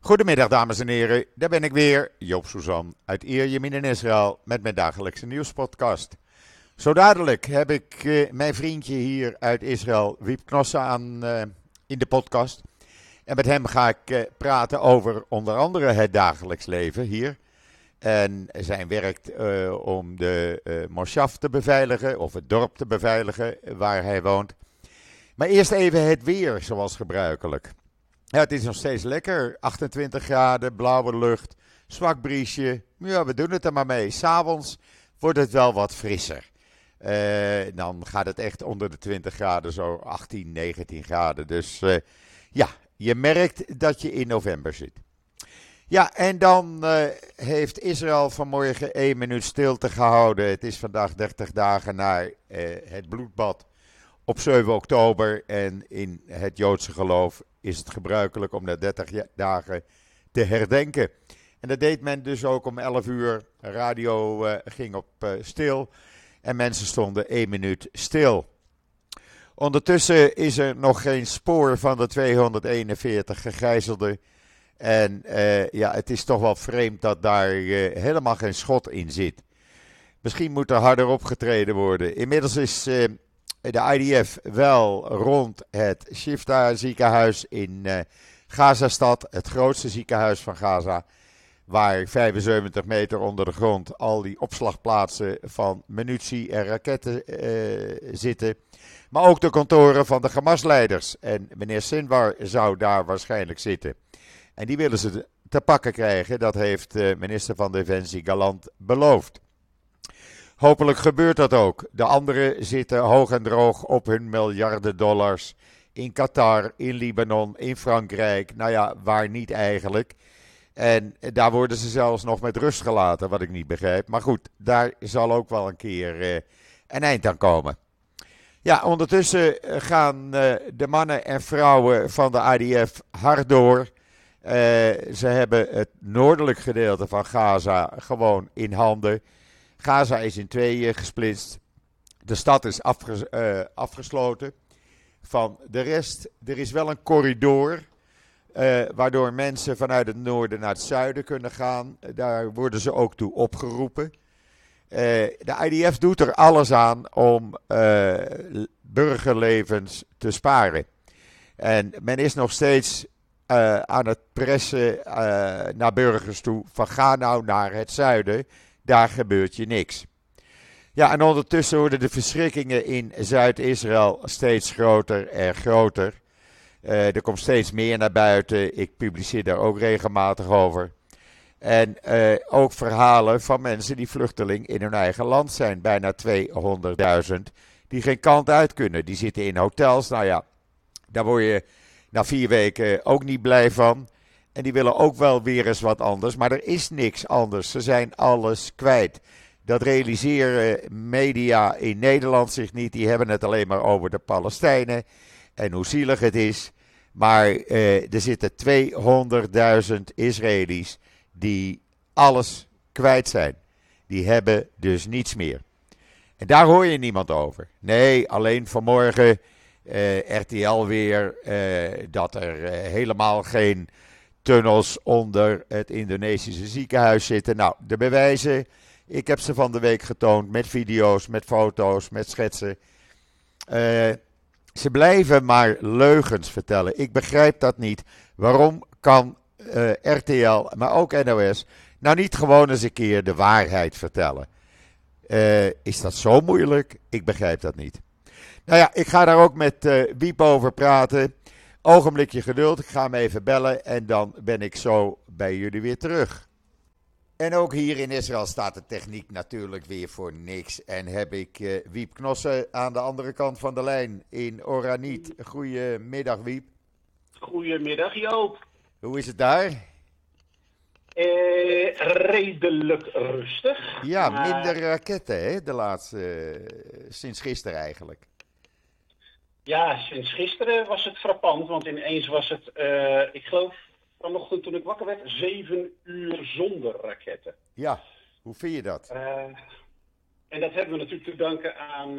Goedemiddag dames en heren, daar ben ik weer, Joop Suzan uit Ierjemien in Israël met mijn dagelijkse nieuwspodcast. Zo dadelijk heb ik mijn vriendje hier uit Israël, Wiep Knossen, in de podcast. En met hem ga ik praten over onder andere het dagelijks leven hier. En zijn werk om de moshav te beveiligen, of het dorp te beveiligen waar hij woont. Maar eerst even het weer, zoals gebruikelijk. Ja, het is nog steeds lekker. 28 graden, blauwe lucht, zwak briesje. Ja, we doen het er maar mee. 's Avonds wordt het wel wat frisser. Dan gaat het echt onder de 20 graden, zo 18, 19 graden. Dus ja, je merkt dat je in november zit. Ja, en dan heeft Israël vanmorgen 1 minuut stilte gehouden. Het is vandaag 30 dagen na het bloedbad op 7 oktober. En in het Joodse geloof is het gebruikelijk om na 30 dagen te herdenken. En dat deed men dus ook om 11 uur. Radio ging op stil en mensen stonden 1 minuut stil. Ondertussen is er nog geen spoor van de 241 gegijzelden. En ja, het is toch wel vreemd dat daar helemaal geen schot in zit. Misschien moet er harder opgetreden worden. Inmiddels is de IDF wel rond het Shifta ziekenhuis in Gazastad, het grootste ziekenhuis van Gaza, waar 75 meter onder de grond al die opslagplaatsen van munitie en raketten zitten. Maar ook de kantoren van de Hamas-leiders. En meneer Sinwar zou daar waarschijnlijk zitten. En die willen ze te pakken krijgen, dat heeft minister van Defensie Gallant beloofd. Hopelijk gebeurt dat ook. De anderen zitten hoog en droog op hun miljarden dollars in Qatar, in Libanon, in Frankrijk. Nou ja, waar niet eigenlijk. En daar worden ze zelfs nog met rust gelaten, wat ik niet begrijp. Maar goed, daar zal ook wel een keer een eind aan komen. Ja, ondertussen gaan de mannen en vrouwen van de IDF hard door. Ze hebben het noordelijk gedeelte van Gaza gewoon in handen. Gaza is in tweeën gesplitst. De stad is afgesloten van de rest. Er is wel een corridor waardoor mensen vanuit het noorden naar het zuiden kunnen gaan. Daar worden ze ook toe opgeroepen. De IDF doet er alles aan om burgerlevens te sparen. En men is nog steeds aan het pressen naar burgers toe van ga nou naar het zuiden, daar gebeurt je niks. Ja, en ondertussen worden de verschrikkingen in Zuid-Israël steeds groter en groter. Er komt steeds meer naar buiten, ik publiceer daar ook regelmatig over. En ook verhalen van mensen die vluchteling in hun eigen land zijn, bijna 200.000, die geen kant uit kunnen. Die zitten in hotels, nou ja, daar word je na 4 weken ook niet blij van. En die willen ook wel weer eens wat anders, maar er is niks anders. Ze zijn alles kwijt. Dat realiseren media in Nederland zich niet. Die hebben het alleen maar over de Palestijnen en hoe zielig het is. Maar er zitten 200.000 Israëli's die alles kwijt zijn. Die hebben dus niets meer. En daar hoor je niemand over. Nee, alleen vanmorgen RTL weer dat er helemaal geen tunnels onder het Indonesische ziekenhuis zitten. Nou, de bewijzen, ik heb ze van de week getoond met video's, met foto's, met schetsen. Ze blijven maar leugens vertellen. Ik begrijp dat niet. Waarom kan RTL, maar ook NOS, nou niet gewoon eens een keer de waarheid vertellen? Is dat zo moeilijk? Ik begrijp dat niet. Nou ja, ik ga daar ook met Wiep over praten. Ogenblikje geduld, ik ga hem even bellen en dan ben ik zo bij jullie weer terug. En ook hier in Israël staat de techniek natuurlijk weer voor niks. En heb ik Wiep Knossen aan de andere kant van de lijn in Oraniet. Goedemiddag Wiep. Goedemiddag Joop. Hoe is het daar? Redelijk rustig. Ja, minder raketten hè, de laatste, sinds gisteren eigenlijk. Ja, sinds gisteren was het frappant, want ineens was het, ik geloof vanochtend toen ik wakker werd, 7 uur zonder raketten. Ja, hoe vind je dat? En dat hebben we natuurlijk te danken aan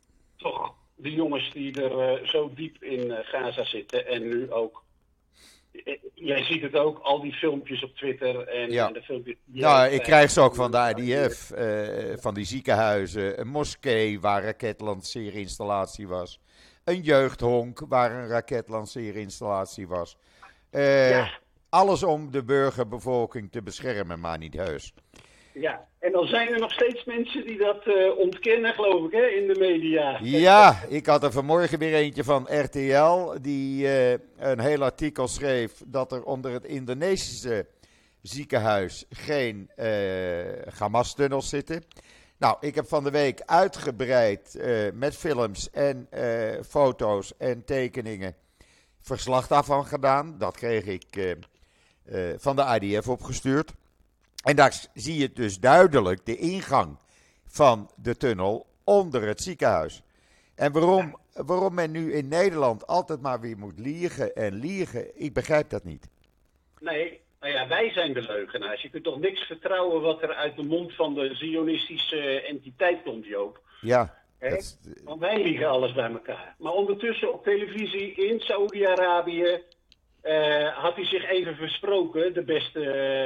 toch de jongens die er zo diep in Gaza zitten en nu ook Jij ziet het ook, al die filmpjes op Twitter en, Ja. en de filmpjes. Nou, ik krijg ze ook van de IDF, van die ziekenhuizen, een moskee waar een raketlanceerinstallatie was, een jeugdhonk waar een raketlanceerinstallatie was. Ja, Alles om de burgerbevolking te beschermen, maar niet heus. ja. En dan zijn er nog steeds mensen die dat ontkennen, geloof ik, hè, in de media. Ja, ik had er vanmorgen weer eentje van RTL, die een heel artikel schreef dat er onder het Indonesische ziekenhuis geen Hamas-tunnels zitten. Nou, ik heb van de week uitgebreid met films en foto's en tekeningen verslag daarvan gedaan. Dat kreeg ik van de IDF opgestuurd. En daar zie je dus duidelijk de ingang van de tunnel onder het ziekenhuis. En waarom men nu in Nederland altijd maar weer moet liegen, ik begrijp dat niet. Nee, nou ja, wij zijn de leugenaars. Je kunt toch niks vertrouwen wat er uit de mond van de Zionistische entiteit komt, Joop. Ja. Hè? Want wij liegen alles bij elkaar. Maar ondertussen op televisie in Saoedi-Arabië had hij zich even versproken. De beste,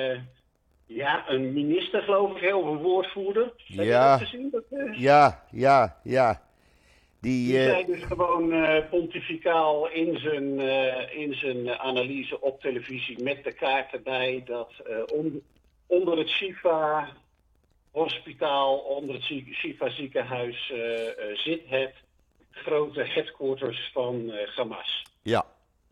een minister geloof ik, of een woordvoerder. Heb je dat gezien? Ja. Die zei dus gewoon pontificaal in zijn analyse op televisie met de kaart erbij dat onder het Shifa-hospitaal, onder het Shifa-ziekenhuis zit het grote headquarters van Hamas. Ja.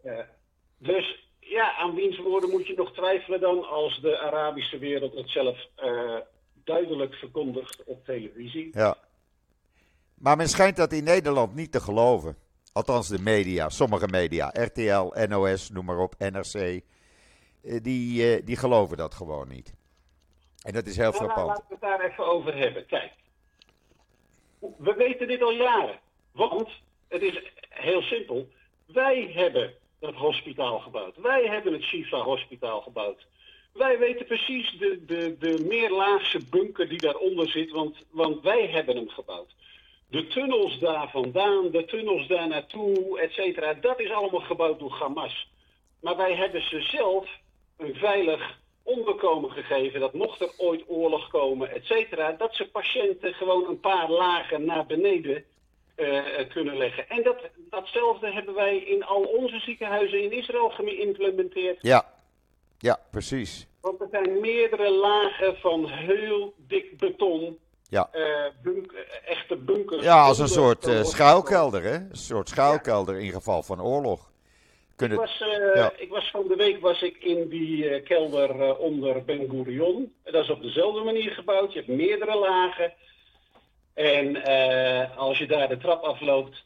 Dus ja, aan wiens woorden moet je nog twijfelen dan als de Arabische wereld het zelf duidelijk verkondigt op televisie? Ja. Maar men schijnt dat in Nederland niet te geloven. Althans de media, sommige media, RTL, NOS, noem maar op, NRC. Die geloven dat gewoon niet. En dat is heel frappant. Laten we het daar even over hebben. Kijk, we weten dit al jaren. Want het is heel simpel. Wij hebben dat hospitaal gebouwd. Wij hebben het Shifa-hospitaal gebouwd. Wij weten precies de meerlaagse bunker die daaronder zit, want wij hebben hem gebouwd. De tunnels daar vandaan, de tunnels daar naartoe, et cetera, dat is allemaal gebouwd door Hamas. Maar wij hebben ze zelf een veilig onderkomen gegeven, dat mocht er ooit oorlog komen, et cetera, dat ze patiënten gewoon een paar lagen naar beneden kunnen leggen. En datzelfde hebben wij in al onze ziekenhuizen in Israël geïmplementeerd. Ja, precies. Want er zijn meerdere lagen van heel dik beton. Ja. Echte bunkers. Ja, als een soort schuilkelder, hè? Een soort schuilkelder in geval van oorlog. Ik was van de week in die kelder onder Ben Gurion. Dat is op dezelfde manier gebouwd. Je hebt meerdere lagen. En als je daar de trap afloopt,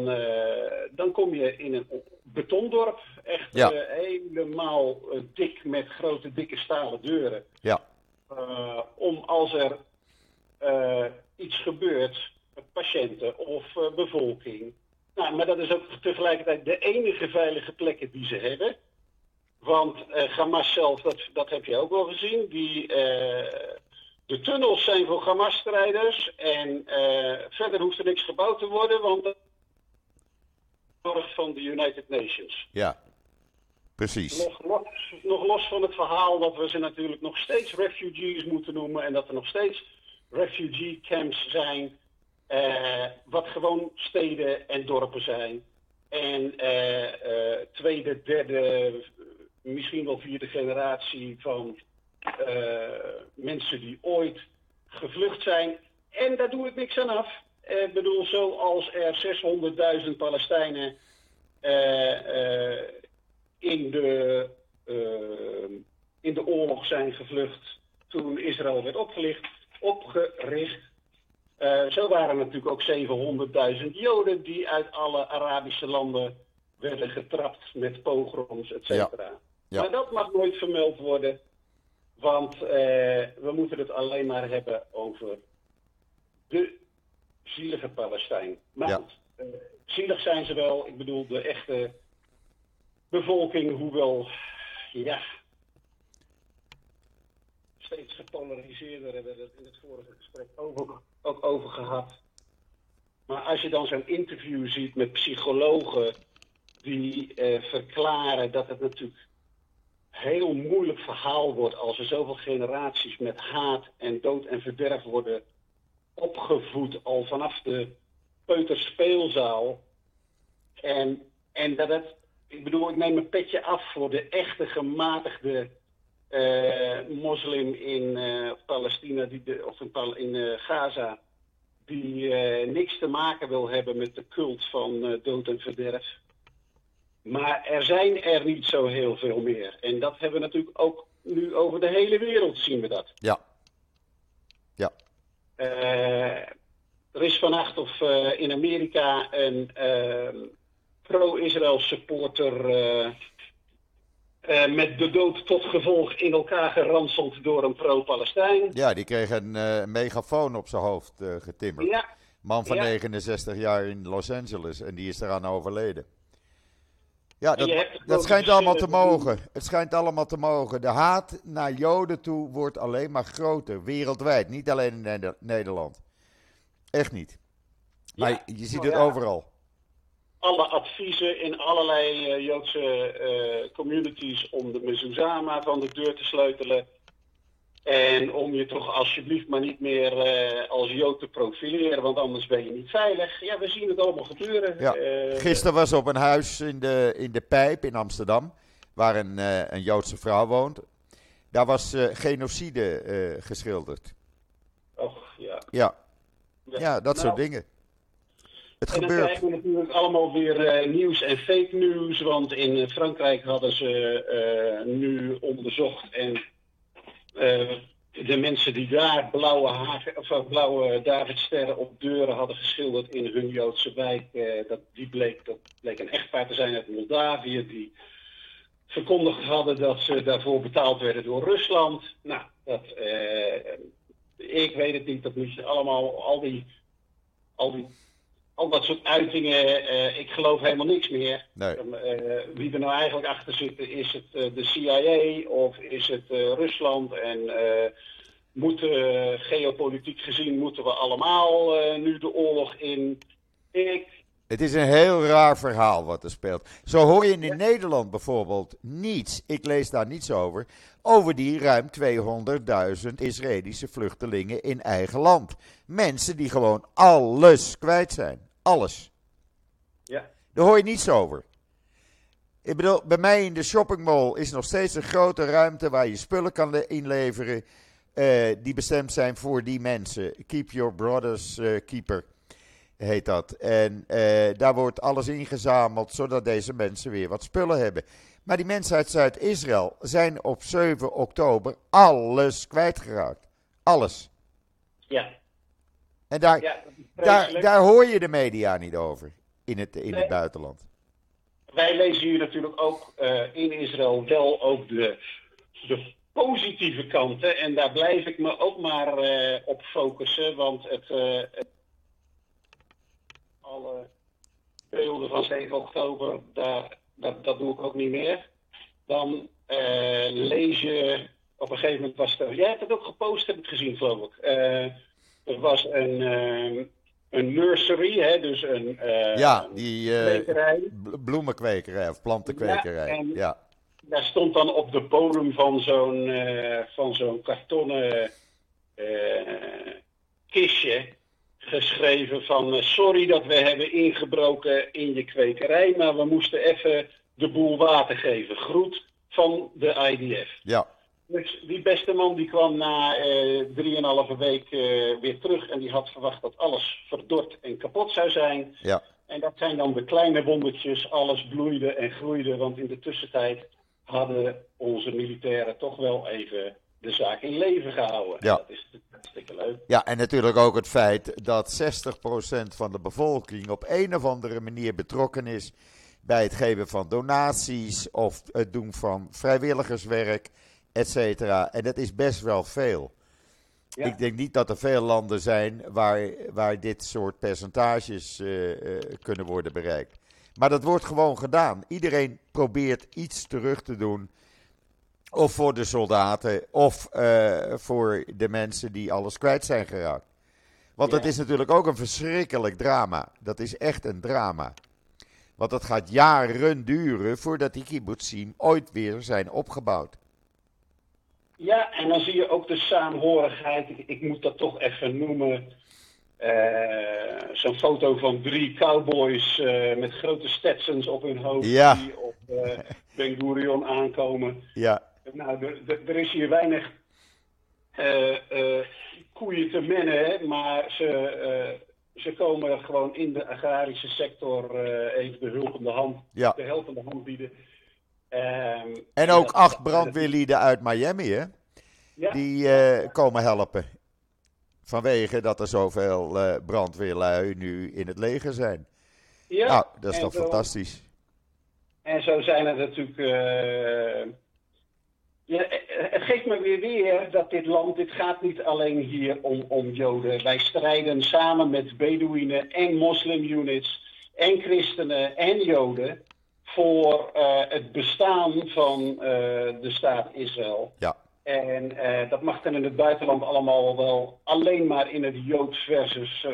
dan kom je in een betondorp. Echt helemaal dik met grote, dikke stalen deuren. Ja. Om als er iets gebeurt, patiënten of bevolking. Nou, maar dat is ook tegelijkertijd de enige veilige plekken die ze hebben. Want Hamas zelf, dat heb je ook wel gezien, de tunnels zijn voor Hamas-strijders en verder hoeft er niks gebouwd te worden, want dat is zorg van de United Nations. Ja, precies. Nog los van het verhaal dat we ze natuurlijk nog steeds refugees moeten noemen en dat er nog steeds refugee camps zijn, wat gewoon steden en dorpen zijn. En tweede, derde, misschien wel vierde generatie van mensen die ooit gevlucht zijn. En daar doe ik niks aan af. Ik bedoel, zoals er 600.000 Palestijnen in de oorlog zijn gevlucht toen Israël werd opgericht. Zo waren natuurlijk ook 700.000 Joden die uit alle Arabische landen werden getrapt met pogroms, et cetera. Ja. Maar dat mag nooit vermeld worden, want we moeten het alleen maar hebben over de zielige Palestijn. Maar goed, zielig zijn ze wel. Ik bedoel, de echte bevolking, hoewel, steeds gepolariseerder, hebben we het in het vorige gesprek ook over gehad. Maar als je dan zo'n interview ziet met psychologen die verklaren dat het natuurlijk heel moeilijk verhaal wordt als er zoveel generaties met haat en dood en verderf worden opgevoed al vanaf de peuterspeelzaal. En dat het, ik bedoel, ik neem een petje af voor de echte gematigde moslim in Palestina, in Gaza, die niks te maken wil hebben met de cult van dood en verderf. Maar er zijn er niet zo heel veel meer. En dat hebben we natuurlijk ook nu over de hele wereld zien we dat. Ja. Ja. Er is vannacht in Amerika een pro-Israël supporter met de dood tot gevolg in elkaar geranseld door een pro-Palestijn. Ja, die kreeg een megafoon op zijn hoofd getimmerd. Ja. Man van 69 jaar in Los Angeles en die is eraan overleden. Ja, dat schijnt allemaal te mogen. Het schijnt allemaal te mogen. De haat naar Joden toe wordt alleen maar groter, wereldwijd. Niet alleen in Nederland. Echt niet. Maar je ziet het overal. Alle adviezen in allerlei Joodse communities om de mezuzama van de deur te sleutelen. En om je toch alsjeblieft maar niet meer als Jood te profileren, want anders ben je niet veilig. Ja, we zien het allemaal gebeuren. Ja. Gisteren was op een huis in de Pijp in Amsterdam, waar een Joodse vrouw woont. Daar was genocide geschilderd. Och, ja. Ja, dat soort dingen. Het en dan gebeurt. krijgen we natuurlijk allemaal weer nieuws en fake news, want in Frankrijk hadden ze nu onderzocht en de mensen die daar blauwe Davidsterren op deuren hadden geschilderd in hun Joodse wijk, dat bleek een echtpaar te zijn uit Moldavië, die verkondigd hadden dat ze daarvoor betaald werden door Rusland. Nou, ik weet het niet, dat moet je allemaal, al dat soort uitingen, ik geloof helemaal niks meer. Nee. Wie er nou eigenlijk achter zit, is het de CIA of is het Rusland? En geopolitiek gezien moeten we allemaal nu de oorlog in. Het is een heel raar verhaal wat er speelt. Zo hoor je in Nederland bijvoorbeeld niets, ik lees daar niets over die ruim 200.000 Israëlische vluchtelingen in eigen land. Mensen die gewoon alles kwijt zijn. Alles. Ja. Daar hoor je niets over. Ik bedoel, bij mij in de shoppingmall is nog steeds een grote ruimte waar je spullen kan inleveren die bestemd zijn voor die mensen. Keep your brothers keeper heet dat. En daar wordt alles ingezameld zodat deze mensen weer wat spullen hebben. Maar die mensen uit Zuid-Israël zijn op 7 oktober alles kwijtgeraakt. Alles. Ja. En daar hoor je de media niet over in het buitenland. Wij lezen hier natuurlijk ook in Israël wel ook de positieve kanten. En daar blijf ik me ook maar op focussen. Want alle beelden van 7 oktober, dat doe ik ook niet meer. Dan lees je, op een gegeven moment was het, jij hebt het ook gepost, heb ik gezien geloof ik. Er was een nursery, hè, dus een kwekerij. Bloemenkwekerij of plantenkwekerij. Ja. Daar stond dan op de bodem van zo'n kartonnen kistje geschreven van sorry dat we hebben ingebroken in je kwekerij, maar we moesten even de boel water geven. Groet van de IDF. Ja. Dus die beste man die kwam na 3,5 week weer terug en die had verwacht dat alles verdord en kapot zou zijn. Ja. En dat zijn dan de kleine wondertjes, alles bloeide en groeide, want in de tussentijd hadden onze militairen toch wel even de zaak in leven gehouden. Ja. Dat is hartstikke leuk. Ja, en natuurlijk ook het feit dat 60% van de bevolking op een of andere manier betrokken is bij het geven van donaties of het doen van vrijwilligerswerk, et cetera. En dat is best wel veel. Ja. Ik denk niet dat er veel landen zijn waar dit soort percentages kunnen worden bereikt. Maar dat wordt gewoon gedaan. Iedereen probeert iets terug te doen. Of voor de soldaten, of voor de mensen die alles kwijt zijn geraakt. Want het is natuurlijk ook een verschrikkelijk drama. Dat is echt een drama. Want het gaat jaren duren voordat die kibbutzim ooit weer zijn opgebouwd. Ja, en dan zie je ook de saamhorigheid. Ik moet dat toch even noemen. Zo'n foto van 3 cowboys met grote Stetsons op hun hoofd die op Ben Gurion aankomen. Ja. Nou, er is hier weinig koeien te mennen, hè, maar ze komen gewoon in de agrarische sector even de helpende hand bieden. En ook 8 brandweerlieden uit Miami, hè? Ja. Die komen helpen. Vanwege dat er zoveel brandweerlui nu in het leger zijn. Ja, nou, dat is toch fantastisch. En zo zijn er natuurlijk... het geeft me weer dat dit gaat niet alleen hier om Joden. Wij strijden samen met Bedouinen en moslimunits en christenen en Joden voor het bestaan van de staat Israël. Ja. En dat mag dan in het buitenland allemaal wel alleen maar in het Joods versus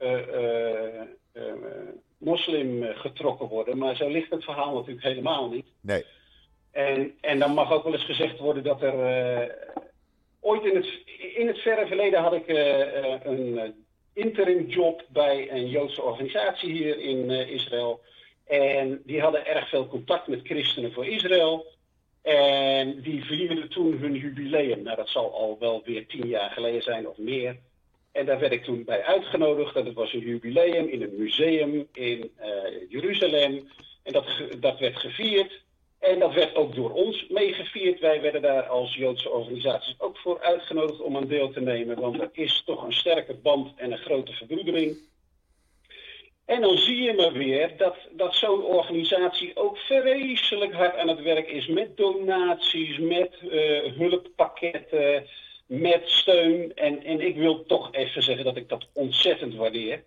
moslim getrokken worden. Maar zo ligt het verhaal natuurlijk helemaal niet. Nee. En dan mag ook wel eens gezegd worden dat er... ooit in het verre verleden had ik een interim job bij een Joodse organisatie hier in Israël. En die hadden erg veel contact met christenen voor Israël. En die vierden toen hun jubileum. Nou, dat zal al wel weer 10 jaar geleden zijn of meer. En daar werd ik toen bij uitgenodigd. En dat was een jubileum in een museum in Jeruzalem. En dat werd gevierd. En dat werd ook door ons meegevierd. Wij werden daar als Joodse organisaties ook voor uitgenodigd om aan deel te nemen. Want er is toch een sterke band en een grote verbroedering. En dan zie je maar weer dat zo'n organisatie ook vreselijk hard aan het werk is met donaties, met hulppakketten, met steun. En ik wil toch even zeggen dat ik dat ontzettend waardeer.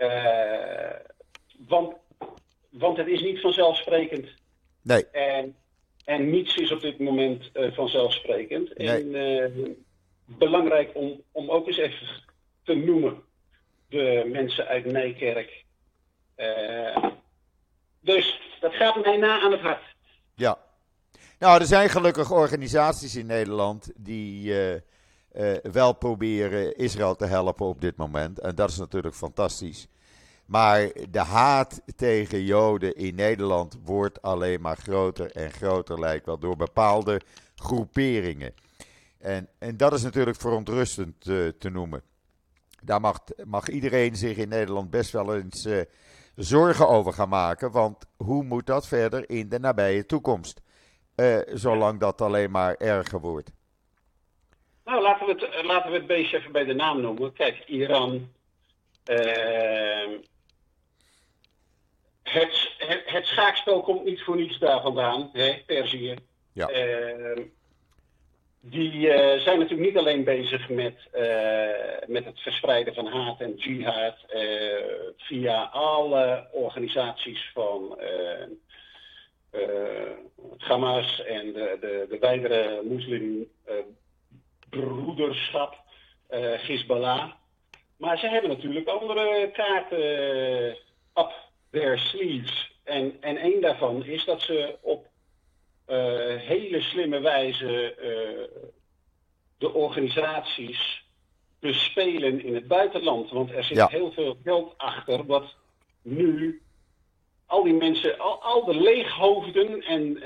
Want het is niet vanzelfsprekend. Nee. En niets is op dit moment vanzelfsprekend. Nee. En belangrijk om ook eens even te noemen. De mensen uit Nijkerk. Dus dat gaat mij na aan het hart. Ja. Nou, er zijn gelukkig organisaties in Nederland die wel proberen Israël te helpen op dit moment. En dat is natuurlijk fantastisch. Maar de haat tegen Joden in Nederland wordt alleen maar groter en groter, lijkt wel, door bepaalde groeperingen. En dat is natuurlijk verontrustend te noemen. Daar mag iedereen zich in Nederland best wel eens zorgen over gaan maken. Want hoe moet dat verder in de nabije toekomst? Zolang dat alleen maar erger wordt. Nou, laten we het beestje even bij de naam noemen. Kijk, Iran. Het schaakspel komt niet voor niets daar vandaan, hè, Perzië. Ja. Die zijn natuurlijk niet alleen bezig met het verspreiden van haat en jihad via alle organisaties van Hamas en de wijdere moslimbroederschap, Hezbollah. Maar ze hebben natuurlijk andere kaarten up their sleeves. En een daarvan is dat ze op hele slimme wijze de organisaties bespelen in het buitenland. Want er zit heel veel geld achter wat nu al die mensen, al de leeghoofden en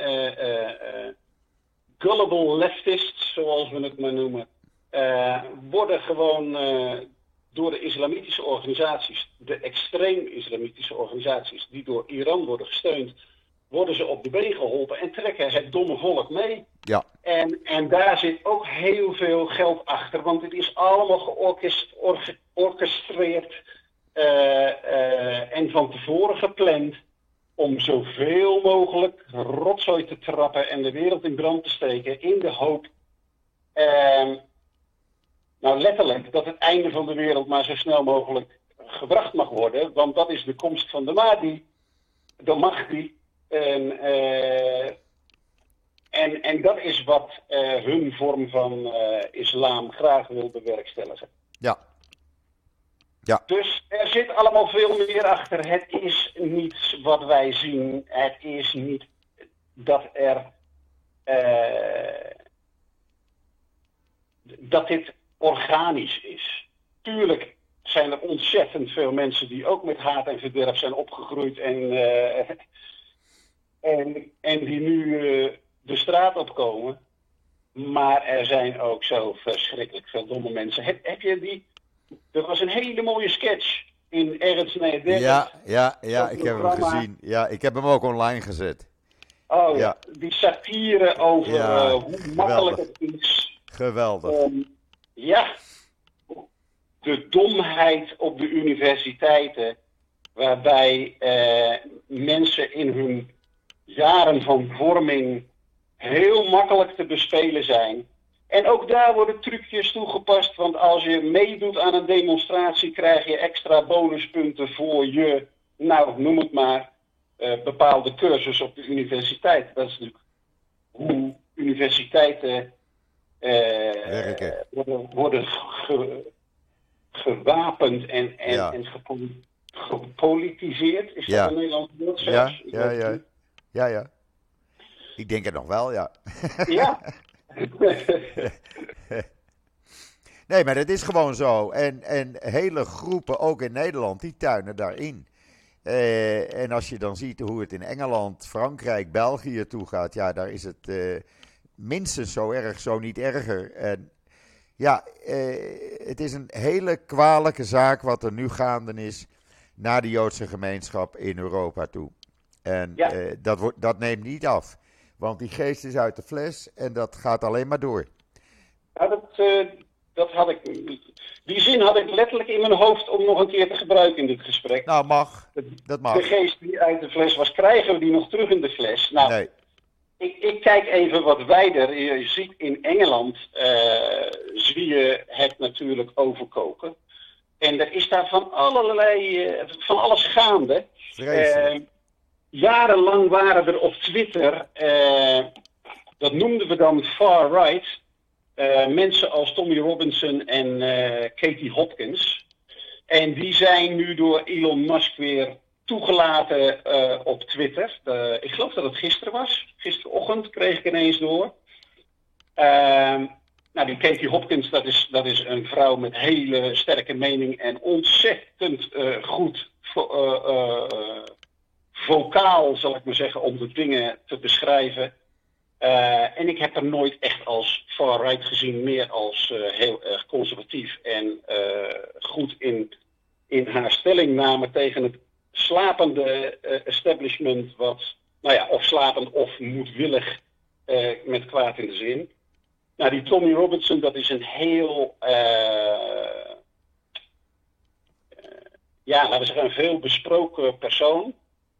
gullible leftists, zoals we het maar noemen, worden gewoon door de islamitische organisaties, de extreem islamitische organisaties die door Iran worden gesteund, worden ze op de been geholpen en trekken het domme volk mee. Ja. En daar zit ook heel veel geld achter, want het is allemaal georchestreerd en van tevoren gepland om zoveel mogelijk rotzooi te trappen en de wereld in brand te steken in de hoop, nou letterlijk, dat het einde van de wereld maar zo snel mogelijk gebracht mag worden, want dat is de komst van de Mahdi, de Mahdi. En dat is wat hun vorm van islam graag wil bewerkstelligen. Ja. Ja. Dus er zit allemaal veel meer achter. Het is niet wat wij zien. Het is niet dat dat dit organisch is. Tuurlijk zijn er ontzettend veel mensen die ook met haat en verderf zijn opgegroeid en die nu de straat opkomen. Maar er zijn ook zo verschrikkelijk veel domme mensen. Heb je die? Er was een hele mooie sketch in Ernst Nederland. Ja, ik heb hem gezien. Ja, ik heb hem ook online gezet. Oh ja, die satire over hoe makkelijk het is. Geweldig. De domheid op de universiteiten, waarbij mensen in hun jaren van vorming heel makkelijk te bespelen zijn. En ook daar worden trucjes toegepast, want als je meedoet aan een demonstratie krijg je extra bonuspunten voor je, nou noem het maar, bepaalde cursus op de universiteit. Dat is natuurlijk hoe universiteiten worden gewapend en gepolitiseerd. Is dat een Nederlands woord zelfs? Ja. Ik denk het nog wel, ja. Ja. Nee, maar dat is gewoon zo. En hele groepen, ook in Nederland, die tuinen daarin. En als je dan ziet hoe het in Engeland, Frankrijk, België toe gaat, ja, daar is het minstens zo erg, zo niet erger. En ja, het is een hele kwalijke zaak wat er nu gaande is naar de Joodse gemeenschap in Europa toe. En dat neemt niet af. Want die geest is uit de fles en dat gaat alleen maar door. Ja, dat had ik. Die zin had ik letterlijk in mijn hoofd om nog een keer te gebruiken in dit gesprek. Nou, dat mag. De geest die uit de fles was, krijgen we die nog terug in de fles? Nou, nee. Ik kijk even wat wijder. Je ziet in Engeland, zie je het natuurlijk overkoken. En er is daar van alles gaande. Jarenlang waren er op Twitter, dat noemden we dan far-right, mensen als Tommy Robinson en Katie Hopkins. En die zijn nu door Elon Musk weer toegelaten op Twitter. Ik geloof dat het gisteren was. Gisterochtend kreeg ik ineens door. Nou, die Katie Hopkins, dat is een vrouw met hele sterke mening en ontzettend goed vocaal, zal ik maar zeggen, om de dingen te beschrijven. En ik heb haar nooit echt als far-right gezien, meer als heel erg conservatief en goed in haar stellingname tegen het slapende establishment, wat, nou ja, of slapend of moedwillig met kwaad in de zin. Nou, die Tommy Robinson, dat is een heel, laten we zeggen, een veel besproken persoon.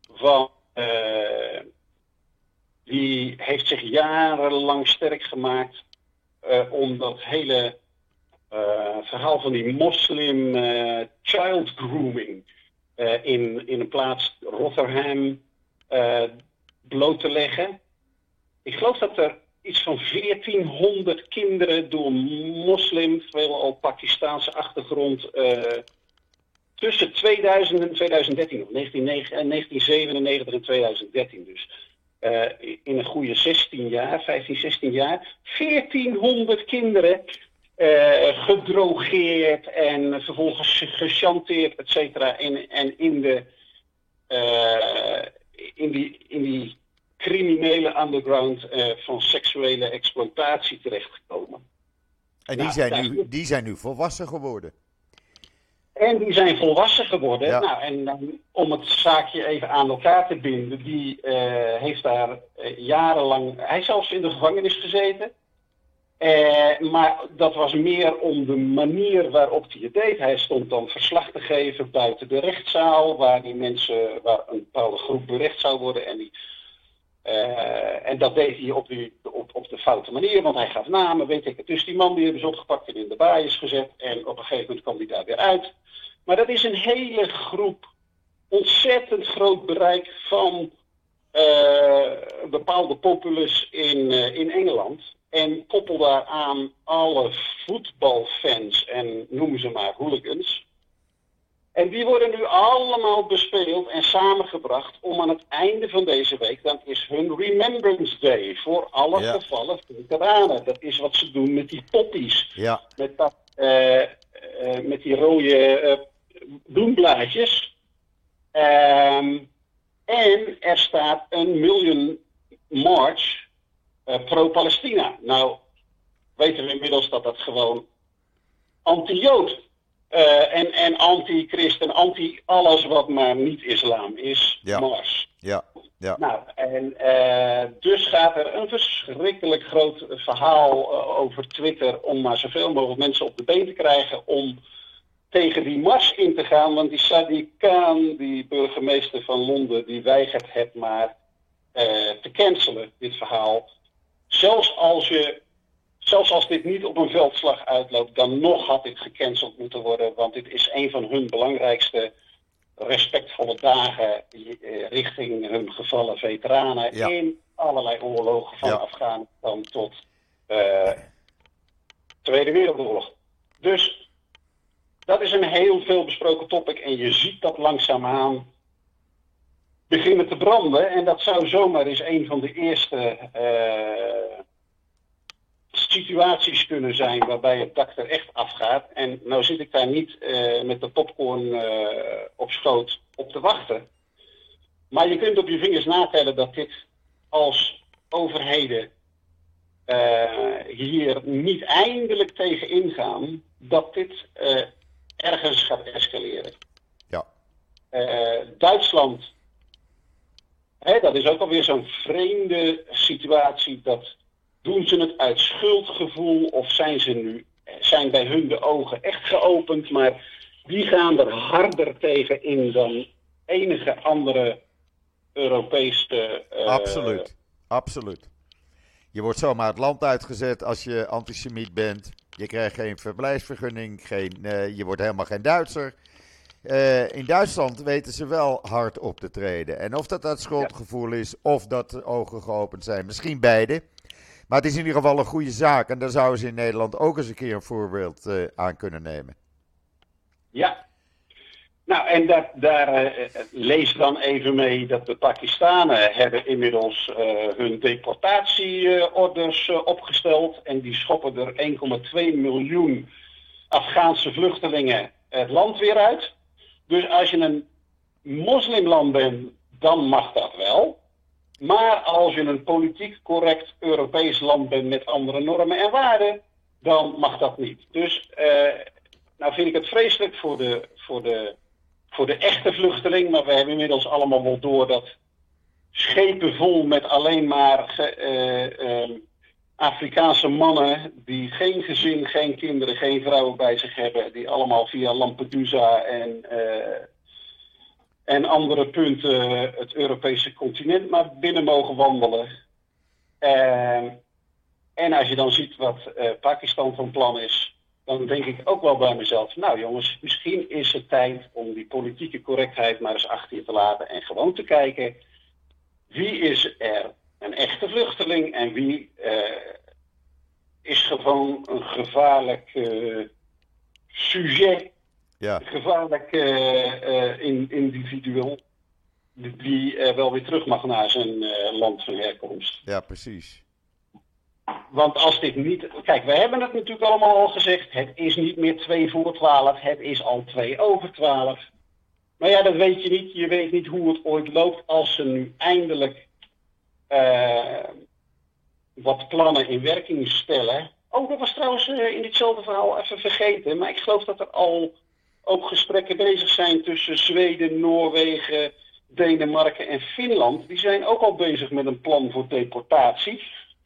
Die heeft zich jarenlang sterk gemaakt om dat hele verhaal van die moslim child grooming in een plaats Rotterdam bloot te leggen. Ik geloof dat er iets van 1400 kinderen door moslim, veelal Pakistaanse achtergrond, tussen 2000 en 2013, of 1997 en 2013 dus. In een goede 15, 16 jaar. 1400 kinderen gedrogeerd en vervolgens gechanteerd, et cetera. En in die criminele underground van seksuele exploitatie terechtgekomen. En die zijn nu volwassen geworden. En die zijn volwassen geworden. Ja. Nou, en om het zaakje even aan elkaar te binden, die heeft daar jarenlang, hij heeft zelfs in de gevangenis gezeten. Maar dat was meer om de manier waarop hij het deed. Hij stond dan verslag te geven buiten de rechtszaal, waar een bepaalde groep berecht zou worden. En dat deed hij op de foute manier, want hij gaf namen, weet ik het. Dus die man die hebben ze opgepakt en in de baai is gezet. En op een gegeven moment kwam hij daar weer uit. Maar dat is een hele groep, ontzettend groot bereik van een bepaalde populace in Engeland. En koppel daaraan alle voetbalfans en noemen ze maar hooligans. gebracht om aan het einde van deze week, dan is hun Remembrance Day voor alle gevallen veteranen. Dat is wat ze doen met die poppies. Ja. Met die rode bloemblaadjes. En er staat een Million March pro-Palestina. Nou, weten we inmiddels dat dat gewoon anti-Jood en anti-christen, anti-alles wat maar niet islam is, mars. Ja. Nou, en dus gaat er een verschrikkelijk groot verhaal over Twitter om maar zoveel mogelijk mensen op de been te krijgen om tegen die mars in te gaan. Want die Sadiq Khan, die burgemeester van Londen, die weigert het maar te cancelen, dit verhaal. Zelfs als dit niet op een veldslag uitloopt, dan nog had dit gecanceld moeten worden. Want dit is een van hun belangrijkste respectvolle dagen richting hun gevallen veteranen in allerlei oorlogen van Afghanistan tot Tweede Wereldoorlog. Dus dat is een heel veel besproken topic en je ziet dat langzaamaan beginnen te branden. En dat zou zomaar eens een van de eerste situaties kunnen zijn waarbij het dak er echt afgaat. En nou zit ik daar niet met de popcorn op schoot op te wachten. Maar je kunt op je vingers natellen dat dit als overheden hier niet eindelijk tegen ingaan, dat dit ergens gaat escaleren. Ja. Duitsland, dat is ook alweer zo'n vreemde situatie. Dat doen ze het uit schuldgevoel of zijn bij hun de ogen echt geopend, maar die gaan er harder tegen in dan enige andere Europese. Absoluut. Je wordt zomaar het land uitgezet als je antisemiet bent. Je krijgt geen verblijfsvergunning, je wordt helemaal geen Duitser. In Duitsland weten ze wel hard op te treden. En of dat schuldgevoel is, of dat de ogen geopend zijn, misschien beide. Maar het is in ieder geval een goede zaak. En daar zouden ze in Nederland ook eens een keer een voorbeeld aan kunnen nemen. Ja. Nou, en daar lees dan even mee dat de Pakistanen hebben inmiddels hun deportatieorders opgesteld. En die schoppen er 1,2 miljoen Afghaanse vluchtelingen het land weer uit. Dus als je een moslimland bent, dan mag dat wel. Maar als je een politiek correct Europees land bent met andere normen en waarden, dan mag dat niet. Dus nou vind ik het vreselijk voor de echte vluchteling, maar we hebben inmiddels allemaal wel door dat schepen vol met alleen maar Afrikaanse mannen die geen gezin, geen kinderen, geen vrouwen bij zich hebben, die allemaal via Lampedusa en andere punten het Europese continent maar binnen mogen wandelen. En als je dan ziet wat Pakistan van plan is, dan denk ik ook wel bij mezelf, nou jongens, misschien is het tijd om die politieke correctheid maar eens achter je te laten en gewoon te kijken, wie is er een echte vluchteling en wie is gewoon een gevaarlijk sujet, gevaarlijk individueel, die wel weer terug mag naar zijn land van herkomst. Ja, precies. Want als dit niet... Kijk, we hebben het natuurlijk allemaal al gezegd. Het is niet meer 2 voor 12. Het is al 2 over 12. Maar ja, dat weet je niet. Je weet niet hoe het ooit loopt als ze nu eindelijk wat plannen in werking stellen. Oh, dat was trouwens in ditzelfde verhaal even vergeten. Maar ik geloof dat er al ook gesprekken bezig zijn tussen Zweden, Noorwegen, Denemarken en Finland. Die zijn ook al bezig met een plan voor deportatie.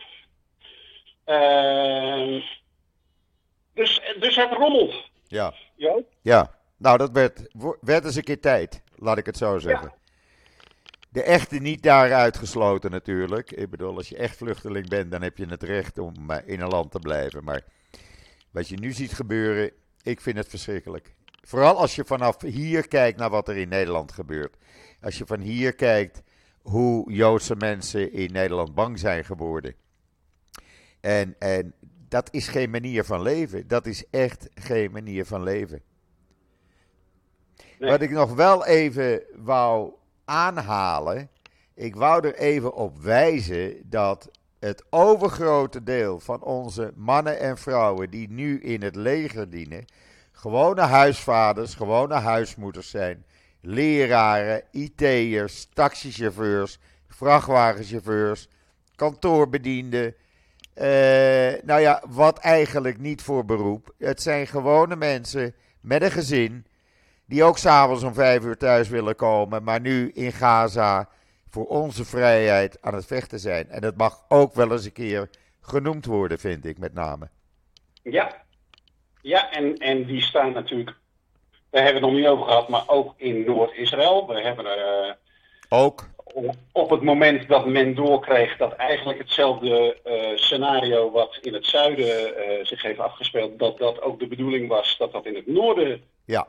Dus het rommelt. Ja. Jo? Ja. Nou, dat werd eens een keer tijd, laat ik het zo zeggen. Ja. De echte niet daar uitgesloten natuurlijk. Ik bedoel, als je echt vluchteling bent, dan heb je het recht om in een land te blijven. Maar wat je nu ziet gebeuren, ik vind het verschrikkelijk. Vooral als je vanaf hier kijkt naar wat er in Nederland gebeurt. Als je van hier kijkt hoe Joodse mensen in Nederland bang zijn geworden. En dat is geen manier van leven. Dat is echt geen manier van leven. Nee. Wat ik nog wel even wou aanhalen. Ik wou er even op wijzen dat het overgrote deel van onze mannen en vrouwen die nu in het leger dienen, gewone huisvaders, gewone huismoeders zijn. Leraren, IT'ers, taxichauffeurs, vrachtwagenchauffeurs, kantoorbedienden. Nou ja, wat eigenlijk niet voor beroep. Het zijn gewone mensen met een gezin die ook s'avonds om 5 uur thuis willen komen, maar nu in Gaza voor onze vrijheid aan het vechten zijn. En dat mag ook wel eens een keer genoemd worden, vind ik met name. Ja, ja, en die staan natuurlijk, daar hebben we het nog niet over gehad, maar ook in Noord-Israël. We hebben ook op het moment dat men doorkreeg dat eigenlijk hetzelfde scenario wat in het zuiden zich heeft afgespeeld, dat dat ook de bedoeling was dat dat in het noorden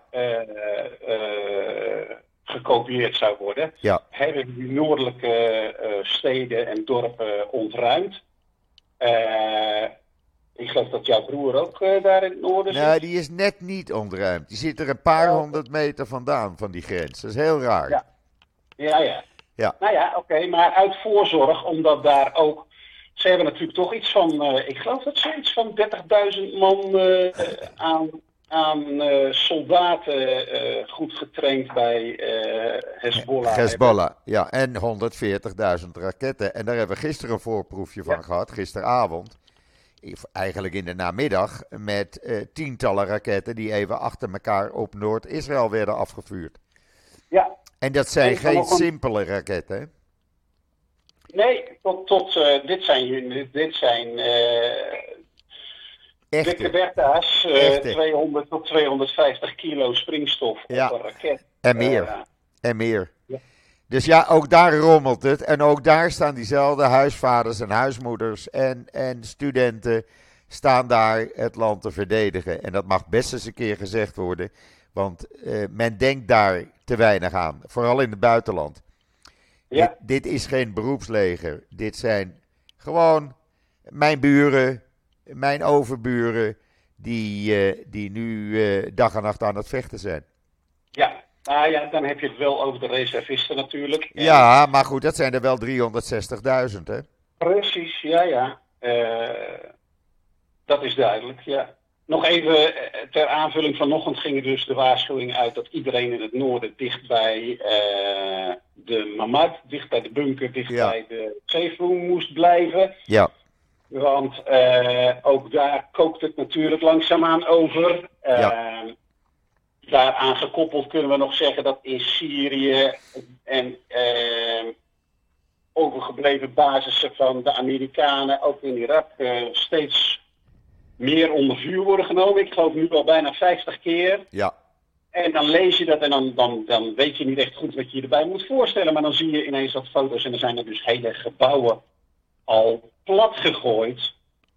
gekopieerd zou worden, hebben die noordelijke steden en dorpen ontruimd. Ik geloof dat jouw broer ook daar in het noorden zit. Nou, die is net niet ontruimd. Die zit er een paar 100 meter vandaan van die grens. Dat is heel raar. Ja. Nou ja, oké, maar uit voorzorg, omdat daar ook, ze hebben natuurlijk toch iets van, ik geloof dat ze iets van 30.000 man aan soldaten goed getraind bij Hezbollah. Ja, en 140.000 raketten. En daar hebben we gisteren een voorproefje van gehad, gisteravond. Eigenlijk in de namiddag, met tientallen raketten die even achter elkaar op Noord-Israël werden afgevuurd. Ja. En dat zijn geen simpele raketten, hè? Nee, dit zijn dikke Bertha's, 200 tot 250 kilo springstof op een raket. En meer. Ja. Dus ja, ook daar rommelt het. En ook daar staan diezelfde huisvaders en huismoeders en studenten staan daar het land te verdedigen. En dat mag best eens een keer gezegd worden, want men denkt daar te weinig aan. Vooral in het buitenland. Ja. Dit is geen beroepsleger. Dit zijn gewoon mijn buren, mijn overburen, die nu dag en nacht aan het vechten zijn. Ja. Nou ja, dan heb je het wel over de reservisten natuurlijk. Ja, maar goed, dat zijn er wel 360.000, hè? Precies, ja. Dat is duidelijk, ja. Nog even ter aanvulling, vanochtend ging er dus de waarschuwing uit dat iedereen in het noorden dicht bij de Mamad, dicht bij de bunker, dicht bij de safe room moest blijven. Ja. Want ook daar kookt het natuurlijk langzaamaan over. Daaraan gekoppeld kunnen we nog zeggen dat in Syrië en overgebleven basissen van de Amerikanen, ook in Irak, steeds meer onder vuur worden genomen. Ik geloof nu al bijna 50 keer. Ja. En dan lees je dat en dan weet je niet echt goed wat je erbij moet voorstellen. Maar dan zie je ineens wat foto's en dan zijn er dus hele gebouwen al plat gegooid.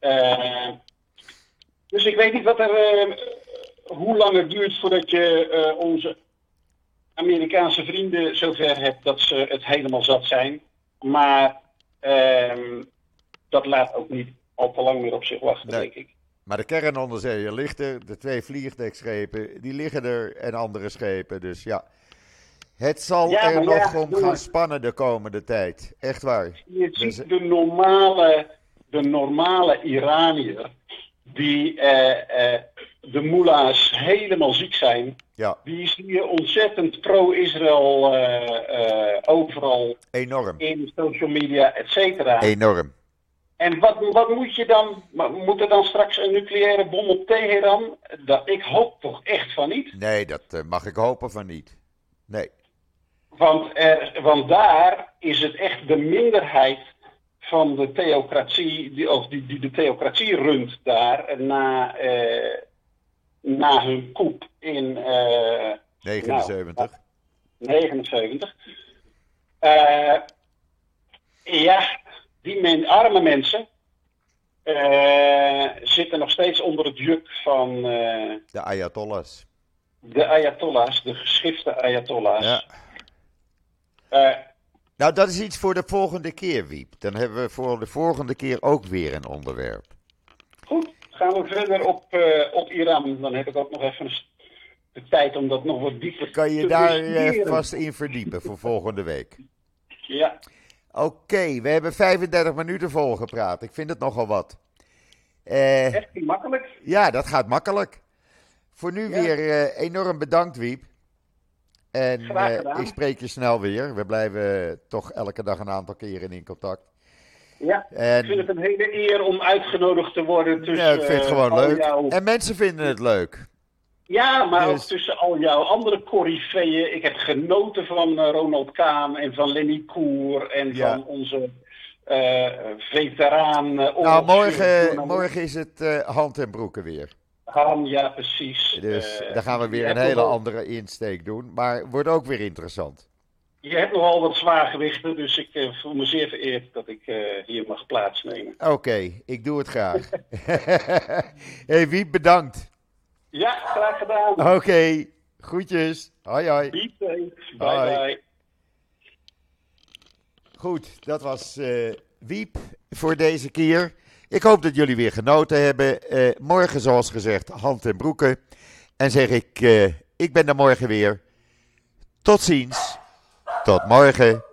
Dus ik weet niet wat hoe lang het duurt voordat je onze Amerikaanse vrienden zover hebt dat ze het helemaal zat zijn. Maar dat laat ook niet al te lang meer op zich wachten, denk ik. Maar de kernonderzeeër ligt er, de 2 vliegdekschepen, die liggen er en andere schepen. Dus ja, het zal er nog om gaan spannen de komende tijd. Echt waar. Je ziet de normale Iranier, die de moela's helemaal ziek zijn. Ja. Die zie je ontzettend pro-Israël overal. Enorm. In social media, et cetera. Enorm. En wat moet je dan? Moet er dan straks een nucleaire bom op Teheran? Ik hoop toch echt van niet? Nee, dat mag ik hopen van niet. Nee. Want daar is het echt de minderheid van de theocratie, die de theocratie runt daar na hun coup in 79. 79. Die arme mensen zitten nog steeds onder het juk van de Ayatollahs. De Ayatollahs, de geschifte Ayatollahs. Ja. Nou, dat is iets voor de volgende keer, Wiep. Dan hebben we voor de volgende keer ook weer een onderwerp. Goed, gaan we verder op Iran. Dan heb ik ook nog even de tijd om dat nog wat dieper Kan je te daar bestuderen. vast in verdiepen voor volgende week. Ja, Oké, we hebben 35 minuten volgepraat. Ik vind het nogal wat. Eh, echt niet makkelijk. ja, dat gaat makkelijk. Voor nu Ja. weer enorm bedankt, Wiep. En Graag gedaan. ik spreek je snel weer. We blijven toch elke dag een aantal keren in contact. Ja, En ik vind het een hele eer om uitgenodigd te worden tussen ja, ik vind het gewoon al leuk. jouw... En mensen vinden het leuk. Ja, maar Dus- ook tussen al jouw andere coryfeeën. Ik heb genoten van Ronald Kaan en van Lenny Koer en Ja. van onze veteraan Nou, oorlogsjournalist. morgen is het hand en broeken weer. Han, ja, precies. Dus daar gaan we je weer een hebt hele nogal- andere insteek doen. Maar wordt ook weer interessant. Je hebt nogal wat zwaargewichten, dus ik voel me zeer vereerd dat ik hier mag plaatsnemen. Oké, ik doe het graag. Hey Wiep, bedankt. Ja, graag gedaan. Oké, groetjes. Hoi hoi. Be safe. Bye Hoi. bye. Goed, dat was Wiep voor deze keer. Ik hoop dat jullie weer genoten hebben. Morgen, zoals gezegd, hand en broeken. En zeg ik ben er morgen weer. Tot ziens. Tot morgen.